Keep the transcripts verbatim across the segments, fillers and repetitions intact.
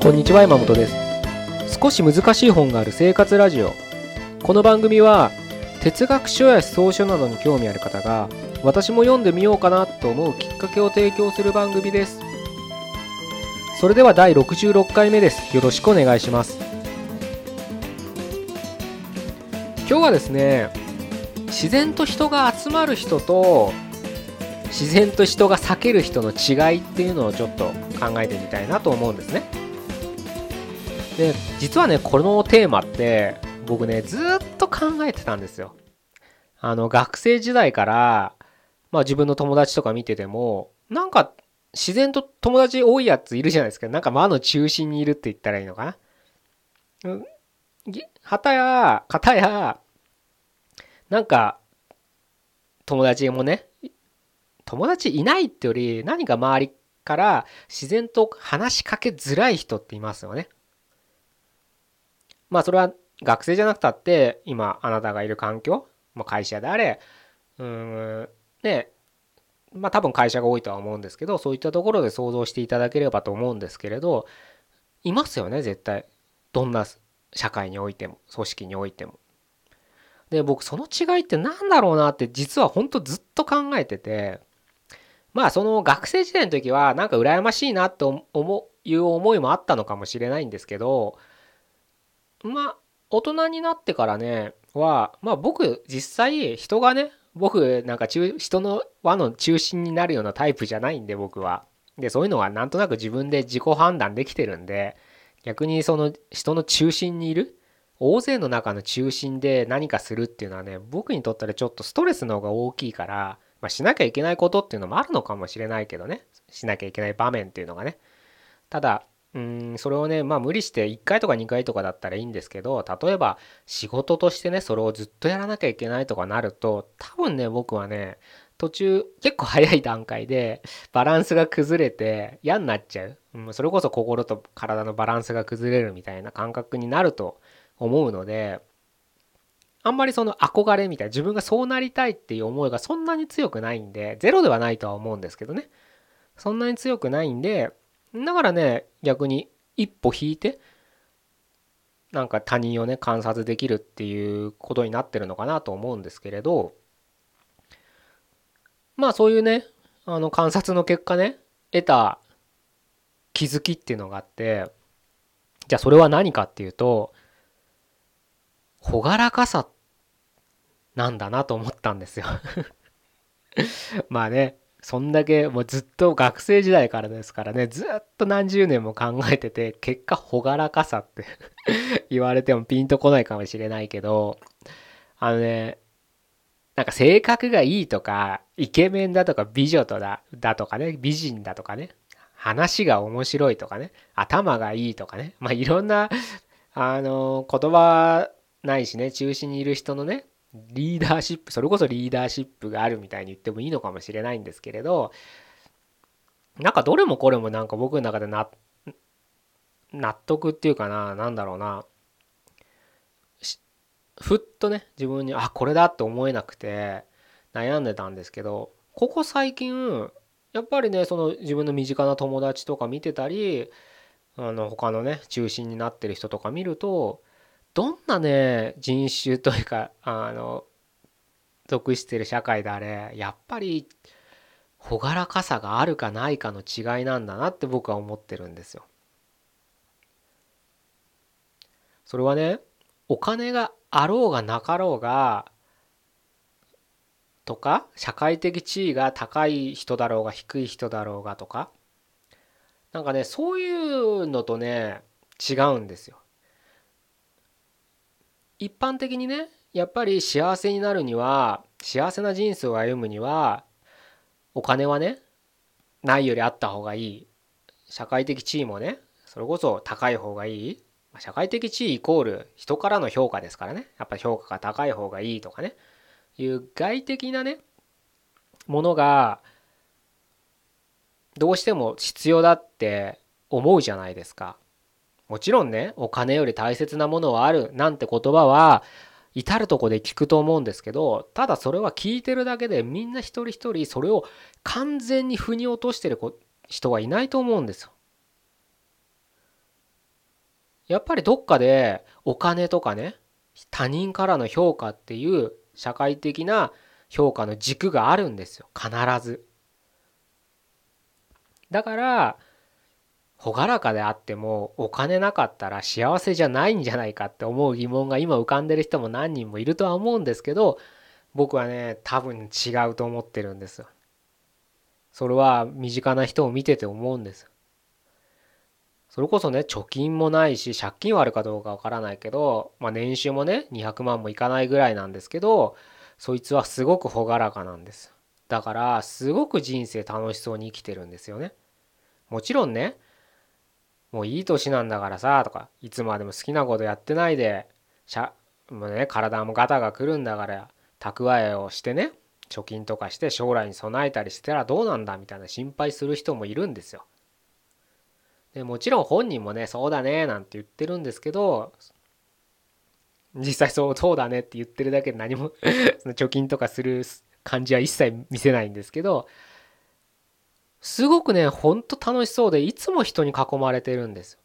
こんにちは、山本です。少し難しい本がある生活ラジオ。この番組は哲学書や思想書などに興味ある方が、私も読んでみようかなと思うきっかけを提供する番組です。それではだいろくじゅうろっかいめです。よろしくお願いします。今日はですね、自然と人が集まる人と自然と人が避ける人の違いっていうのをちょっと考えてみたいなと思うんですね。で、実はね、このテーマって僕ね、ずっと考えてたんですよ。あの学生時代から、まあ、自分の友達とか見てても、なんか自然と友達多いやついるじゃないですか。なんか輪の中心にいるって言ったらいいのかな。うん、はたやかたやなんか友達もね、友達いないってより何か周りから自然と話しかけづらい人っていますよね。まあそれは学生じゃなくたって今あなたがいる環境、まあ、会社であれ、うーんね、まあ多分会社が多いとは思うんですけど、そういったところで想像していただければと思うんですけれど、いますよね絶対。どんな社会においても組織においても。で、僕その違いって何だろうなって実は本当ずっと考えてて、まあその学生時代の時はなんか羨ましいなと思ういう思いもあったのかもしれないんですけど、まあ大人になってからねは、まあ僕実際人がね、僕なんか中人の輪の中心になるようなタイプじゃないんで僕は。で、そういうのはなんとなく自分で自己判断できてるんで、逆にその人の中心にいる大勢の中の中心で何かするっていうのはね、僕にとったらちょっとストレスの方が大きいから、まあ、しなきゃいけないことっていうのもあるのかもしれないけどね、しなきゃいけない場面っていうのがね。ただ、うーん、それをね、まあ無理していっかいとかにかいとかだったらいいんですけど、例えば仕事としてね、それをずっとやらなきゃいけないとかなると、多分ね、僕はね、途中結構早い段階でバランスが崩れて嫌になっちゃう。うん、それこそ心と体のバランスが崩れるみたいな感覚になると思うので、あんまりその憧れみたいな、自分がそうなりたいっていう思いがそんなに強くないんで、ゼロではないとは思うんですけどね。そんなに強くないんで、だからね、逆に一歩引いて、なんか他人をね、観察できるっていうことになってるのかなと思うんですけれど、まあそういうね、あの観察の結果ね、得た気づきっていうのがあって、じゃあそれは何かっていうと、朗らかさなんだなと思ったんですよ。まあね、そんだけもうずっと学生時代からですからね、ずっと何十年も考えてて、結果朗らかさって言われてもピンとこないかもしれないけど、あのね、なんか性格がいいとか、イケメンだとか美女とだ、だとかね、美人だとかね、話が面白いとかね、頭がいいとかね、まあいろんな、あの、言葉ないしね、中心にいる人のね、リーダーシップ、それこそリーダーシップがあるみたいに言ってもいいのかもしれないんですけれど、なんかどれもこれもなんか僕の中でな納得っていうかな、なんだろうな、ふっとね、自分に、あ、これだって思えなくて悩んでたんですけど、ここ最近、やっぱりね、その自分の身近な友達とか見てたり、あの他のね、中心になってる人とか見ると、どんなね、人種というか、あの、属してる社会であれ、やっぱり朗らかさがあるかないかの違いなんだなって僕は思ってるんですよ。それはね、お金があろうがなかろうがとか、社会的地位が高い人だろうが低い人だろうがとか、なんかね、そういうのとね、違うんですよ。一般的にね、やっぱり幸せになるには、幸せな人生を歩むには、お金はね、ないよりあった方がいい。社会的地位もね、それこそ高い方がいい。社会的地位イコール人からの評価ですからね。やっぱり評価が高い方がいいとかね。いう外的なね、ものがどうしても必要だって思うじゃないですか。もちろんね、お金より大切なものはあるなんて言葉は至るとこで聞くと思うんですけど、ただそれは聞いてるだけでみんな一人一人それを完全に腑に落としてる人はいないと思うんですよ。 やっぱりどっかでお金とかね、他人からの評価っていう社会的な評価の軸があるんですよ、必ず。だから朗らかであってもお金なかったら幸せじゃないんじゃないかって思う疑問が今浮かんでる人も何人もいるとは思うんですけど、僕はね多分違うと思ってるんですよ。それは身近な人を見てて思うんです。それこそね、貯金もないし借金はあるかどうかわからないけど、まあ、年収もねにひゃくまんもいかないぐらいなんですけど、そいつはすごく朗らかなんです。だからすごく人生楽しそうに生きてるんですよね。もちろんね、もういい年なんだからさとか、いつまでも好きなことやってないで、しゃもうね、体もガタが来るんだから蓄えをしてね、貯金とかして将来に備えたりしたらどうなんだみたいな心配する人もいるんですよ。でもちろん本人もね、そうだねなんて言ってるんですけど、実際そうそうだねって言ってるだけで何もその貯金とかする感じは一切見せないんですけど、すごくね、ほんと楽しそうでいつも人に囲まれてるんですよ。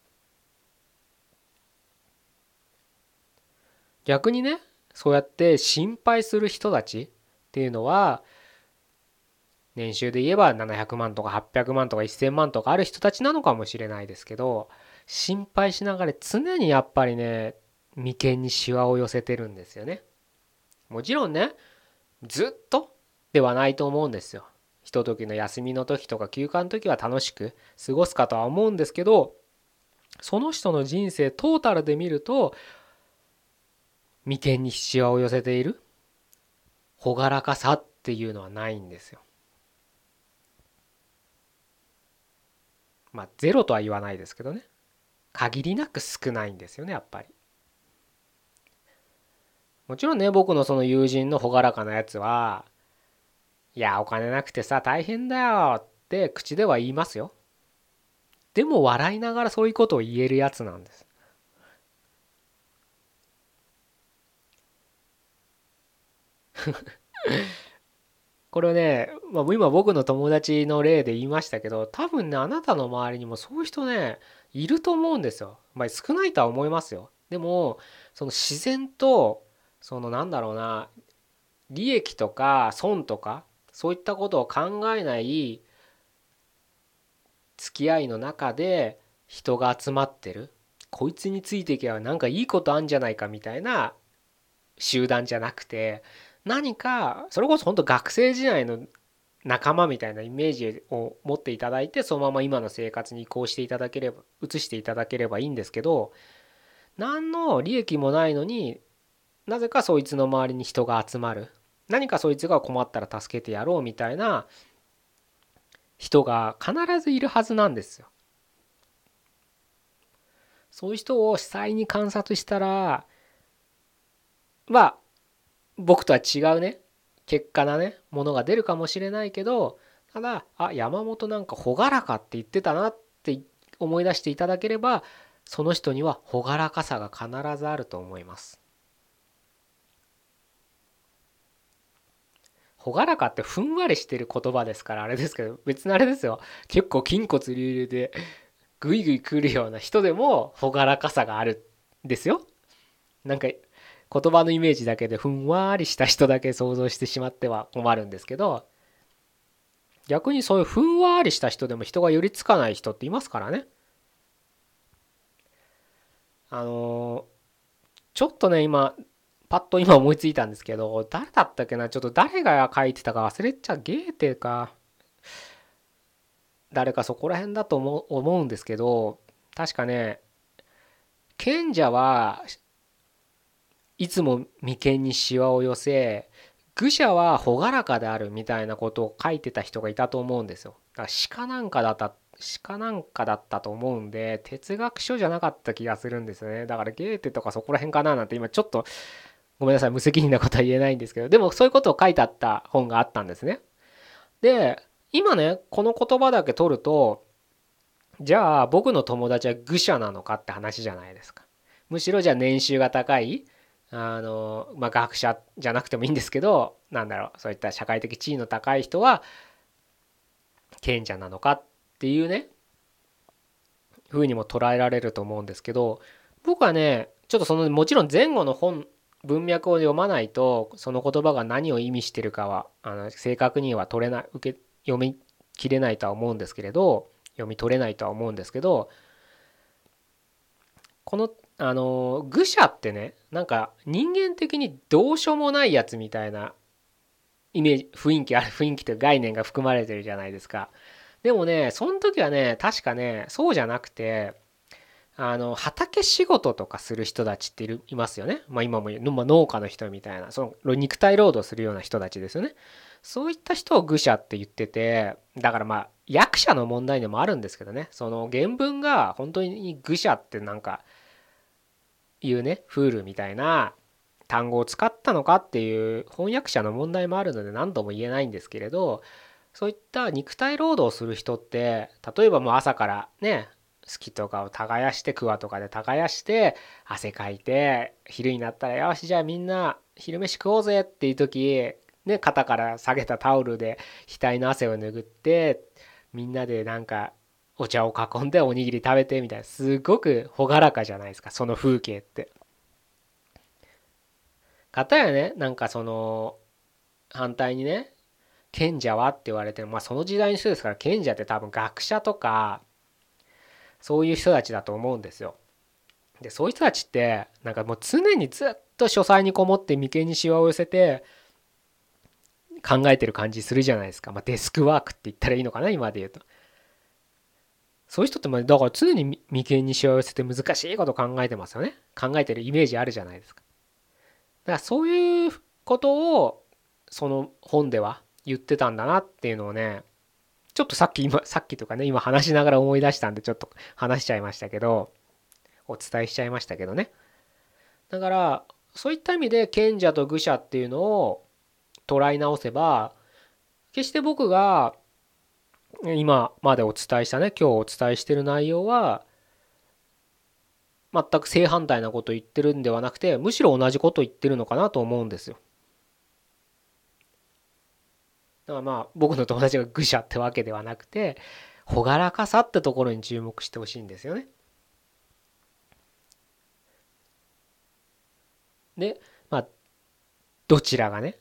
逆にね、そうやって心配する人たちっていうのは、年収で言えばななひゃくまんとかはっぴゃくまんとかせんまんとかある人たちなのかもしれないですけど、心配しながら常にやっぱりね、眉間にシワを寄せてるんですよね。もちろんね、ずっとではないと思うんですよ。ひとときの休みの時とか休暇の時は楽しく過ごすかとは思うんですけど、その人の人生トータルで見ると眉間にシワを寄せている朗らかさっていうのはないんですよ。まあゼロとは言わないですけどね、限りなく少ないんですよね、やっぱり。もちろんね、僕のその友人の朗らかなやつは、いやお金なくてさ大変だよって口では言いますよ。でも笑いながらそういうことを言えるやつなんです。これね、まあ、今僕の友達の例で言いましたけど、多分ね、あなたの周りにもそういう人ね、いると思うんですよ。まあ、少ないとは思いますよ。でも、その自然と、そのなんだろうな、利益とか損とか、そういったことを考えない付き合いの中で人が集まってる。こいつについていけばなんかいいことあんじゃないかみたいな集団じゃなくて、何か、それこそ本当学生時代の仲間みたいなイメージを持っていただいて、そのまま今の生活に移行していただければ、移していただければいいんですけど、何の利益もないのになぜかそいつの周りに人が集まる、何かそいつが困ったら助けてやろうみたいな人が必ずいるはずなんですよ。そういう人を実際に観察したら、まあ僕とは違うね、結果なねものが出るかもしれないけど、ただあ山本なんか朗らかって言ってたなって思い出していただければ、その人には朗らかさが必ずあると思います。朗らかってふんわりしてる言葉ですからあれですけど、別にあれですよ、結構筋骨隆々でグイグイ来るような人でも朗らかさがあるんですよ。なんか言葉のイメージだけでふんわりした人だけ想像してしまっては困るんですけど、逆にそういうふんわりした人でも人が寄りつかない人っていますからね。あのちょっとね今パッと今思いついたんですけど、誰だったっけな、ちょっと誰が書いてたか忘れちゃ、ゲーテか誰かそこら辺だと思う思うんですけど、確かね、賢者はいつも眉間にシワを寄せ、愚者は朗らかであるみたいなことを書いてた人がいたと思うんですよ。だから鹿なんかだった鹿なんかだったと思うんで、哲学書じゃなかった気がするんですよね。だからゲーテとかそこら辺かななんて今ちょっとごめんなさい、無責任なことは言えないんですけど、でもそういうことを書いてあった本があったんですね。で、今ねこの言葉だけ取ると、じゃあ僕の友達は愚者なのかって話じゃないですか。むしろじゃあ年収が高い、あの、まあ、学者じゃなくてもいいんですけど、なんだろう、そういった社会的地位の高い人は賢者なのかっていうね、 風にも捉えられると思うんですけど、僕はねちょっとそのもちろん前後の本文脈を読まないとその言葉が何を意味してるかはあの正確には取れない受け読み切れないとは思うんですけれど読み取れないとは思うんですけど、このあの愚者ってねなんか人間的にどうしようもないやつみたいなイメージ雰囲気ある雰囲気という概念が含まれてるじゃないですか。でもねその時はね確かねそうじゃなくて、あの畑仕事とかする人たちっているいますよね。まあ今も、まあ、農家の人みたいなその肉体労働するような人たちですよね。そういった人を愚者って言ってて、だからまあ役者の問題でもあるんですけどね、その原文が本当に愚者ってなんかいうねフールみたいな単語を使ったのかっていう翻訳者の問題もあるので何とも言えないんですけれど、そういった肉体労働をする人って例えばもう朝からね好きとかを耕して桑とかで耕して汗かいて昼になったらよしじゃあみんな昼飯食おうぜっていう時ね肩から下げたタオルで額の汗を拭ってみんなでなんかお茶を囲んでおにぎり食べてみたいなすごく朗らかじゃないですかその風景って。かたやねなんかその反対にね賢者はって言われてるまあその時代の人ですから賢者って多分学者とかそういう人たちだと思うんですよ。でそういう人たちってなんかもう常にずっと書斎にこもって眉間にしわを寄せて考えてる感じするじゃないですか。まあ、デスクワークって言ったらいいのかな今で言うと。そういう人ってまあだから常に眉間にしわを寄せて難しいこと考えてますよね。考えてるイメージあるじゃないですか。だからそういうことをその本では言ってたんだなっていうのをねちょっとさっき今さっきとかね今話しながら思い出したんでちょっと話しちゃいましたけどお伝えしちゃいましたけどね。だからそういった意味で賢者と愚者っていうのを捉え直せば決して僕が今までお伝えしたね今日お伝えしてる内容は全く正反対なことを言ってるんではなくてむしろ同じことを言ってるのかなと思うんですよ。だからまあ僕の友達が愚者ってわけではなくて朗らかさってところに注目してほしいんですよね。でまあどちらがね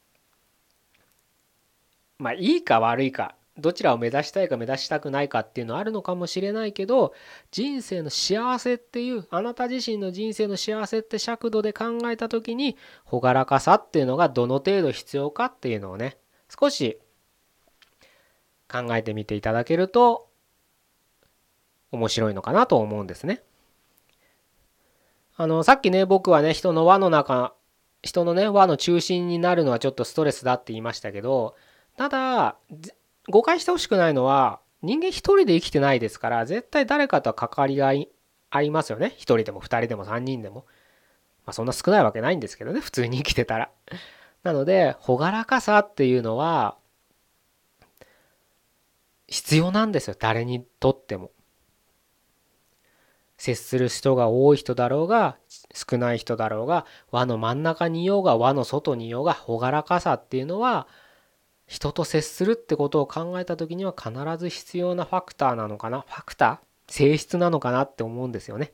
まあいいか悪いかどちらを目指したいか目指したくないかっていうのはあるのかもしれないけど人生の幸せっていうあなた自身の人生の幸せって尺度で考えた時に朗らかさっていうのがどの程度必要かっていうのをね少し考えてみていただけると面白いのかなと思うんですね。あのさっきね僕はね人の輪の中人のね輪の中心になるのはちょっとストレスだって言いましたけど、ただ誤解してほしくないのは人間一人で生きてないですから絶対誰かとは関わりがありますよね。一人でも二人でも三人でも、まあ、そんな少ないわけないんですけどね普通に生きてたら。なので朗らかさっていうのは必要なんですよ誰にとっても。接する人が多い人だろうが少ない人だろうが輪の真ん中にいようが輪の外にいようが朗らかさっていうのは人と接するってことを考えた時には必ず必要なファクターなのかなファクター性質なのかなって思うんですよね。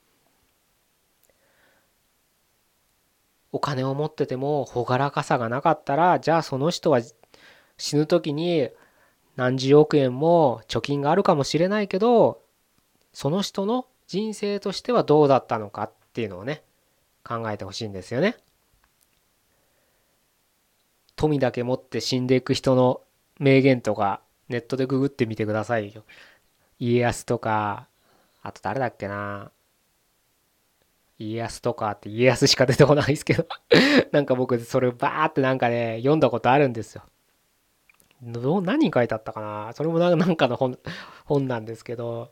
お金を持ってても朗らかさがなかったらじゃあその人は死ぬ時に何十億円も貯金があるかもしれないけどその人の人生としてはどうだったのかっていうのをね考えてほしいんですよね。富だけ持って死んでいく人の名言とかネットでググってみてくださいよ。家康とかあと誰だっけな、家康とかって家康しか出てこないですけどなんか僕それバーってなんかね読んだことあるんですよ。どう何書いてあったかな、それもなんかの本本なんですけど、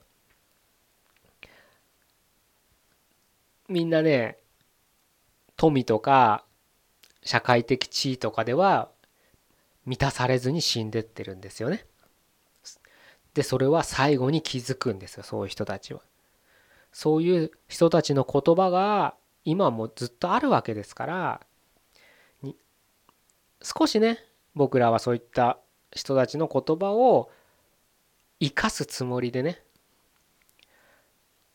みんなね富とか社会的地位とかでは満たされずに死んでってるんですよね。でそれは最後に気づくんですよそういう人たちは。そういう人たちの言葉が今もずっとあるわけですからに少しね僕らはそういった人たちの言葉を生かすつもりでね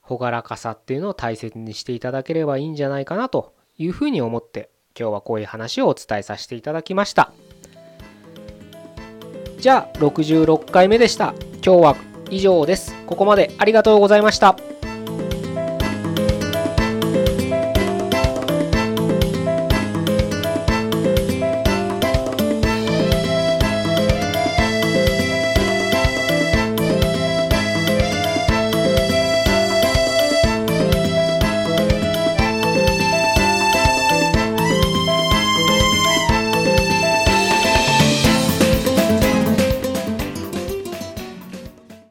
朗らかさっていうのを大切にしていただければいいんじゃないかなというふうに思って今日はこういう話をお伝えさせていただきました。じゃあろくじゅうろっかいめでした。今日は以上です。ここまでありがとうございました。